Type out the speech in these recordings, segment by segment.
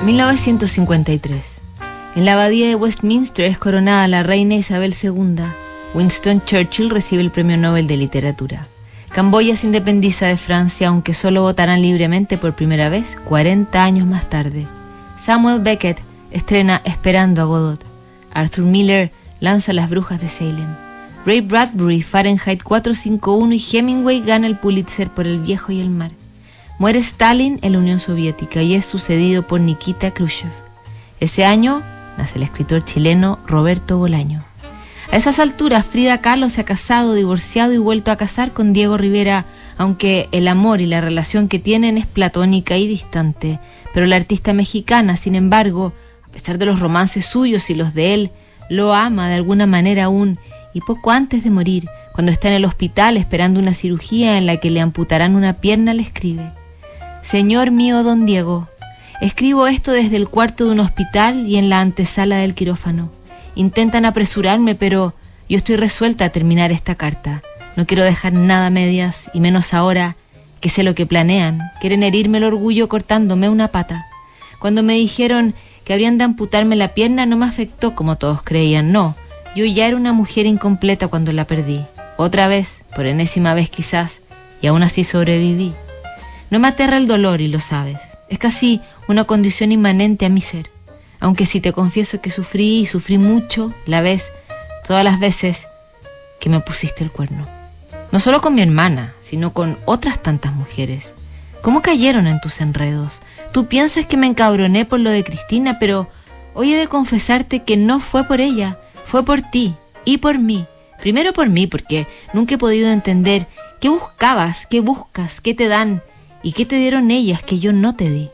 1953. En la abadía de Westminster es coronada la reina Isabel II. Winston Churchill recibe el Premio Nobel de Literatura. Camboya se independiza de Francia, aunque solo votarán libremente por primera vez 40 años más tarde. Samuel Beckett estrena Esperando a Godot. Arthur Miller lanza Las Brujas de Salem. Ray Bradbury, Fahrenheit 451 y Hemingway gana el Pulitzer por El viejo y el mar. Muere Stalin en la Unión Soviética y es sucedido por Nikita Khrushchev. Ese año nace el escritor chileno Roberto Bolaño. A esas alturas, Frida Kahlo se ha casado, divorciado y vuelto a casar con Diego Rivera, aunque el amor y la relación que tienen es platónica y distante. Pero la artista mexicana, sin embargo, a pesar de los romances suyos y los de él, lo ama de alguna manera aún, y poco antes de morir, cuando está en el hospital esperando una cirugía en la que le amputarán una pierna, le escribe: Señor mío don Diego, escribo esto desde el cuarto de un hospital y en la antesala del quirófano. Intentan apresurarme, pero yo estoy resuelta a terminar esta carta. No quiero dejar nada a medias, y menos ahora que sé lo que planean. Quieren herirme el orgullo cortándome una pata. Cuando me dijeron que habrían de amputarme la pierna no me afectó como todos creían, no. Yo ya era una mujer incompleta cuando la perdí. Otra vez, por enésima vez quizás, y aún así sobreviví. No me aterra el dolor y lo sabes. Es casi una condición inmanente a mi ser. Aunque si te confieso que sufrí y sufrí mucho, todas las veces que me pusiste el cuerno. No solo con mi hermana, sino con otras tantas mujeres. ¿Cómo cayeron en tus enredos? Tú piensas que me encabroné por lo de Cristina, pero hoy he de confesarte que no fue por ella, fue por ti y por mí. Primero por mí, porque nunca he podido entender qué buscabas, qué buscas, qué te dan y qué te dieron ellas que yo no te di.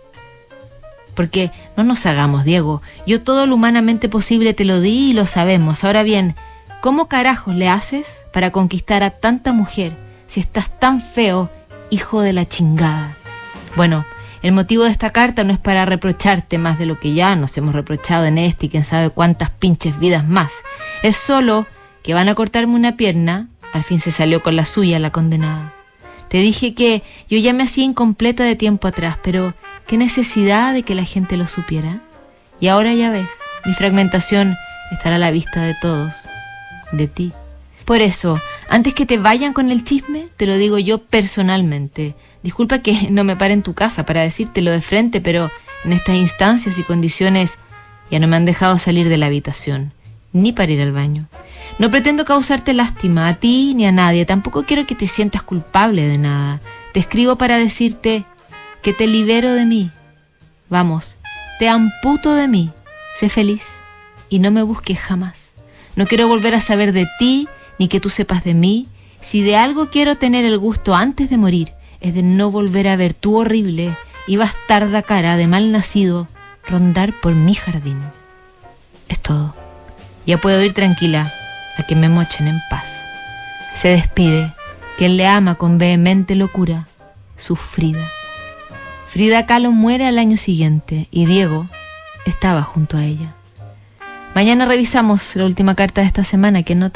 Porque no nos hagamos, Diego, yo todo lo humanamente posible te lo di y lo sabemos. Ahora bien, ¿cómo carajos le haces para conquistar a tanta mujer si estás tan feo, hijo de la chingada? Bueno, el motivo de esta carta no es para reprocharte más de lo que ya nos hemos reprochado en este y quién sabe cuántas pinches vidas más. Es solo que van a cortarme una pierna, al fin se salió con la suya la condenada. Te dije que yo ya me hacía incompleta de tiempo atrás, pero ¿qué necesidad de que la gente lo supiera? Y ahora ya ves, mi fragmentación estará a la vista de todos, de ti. Por eso, antes que te vayan con el chisme, te lo digo yo personalmente. Disculpa que no me pare en tu casa para decírtelo de frente, pero en estas instancias y condiciones ya no me han dejado salir de la habitación, ni para ir al baño. No pretendo causarte lástima a ti ni a nadie, tampoco quiero que te sientas culpable de nada. Te escribo para decirte que te libero de mí. Vamos, te amputo de mí. Sé feliz y no me busques jamás. No quiero volver a saber de ti, ni que tú sepas de mí. Si de algo quiero tener el gusto antes de morir, es de no volver a ver tu horrible y bastarda cara de mal nacido rondar por mi jardín. Es todo. Ya puedo ir tranquila a que me mochen en paz. Se despide quien le ama con vehemente locura, su Frida. Frida Kahlo muere al año siguiente y Diego estaba junto a ella. Mañana revisamos la última carta de esta semana que no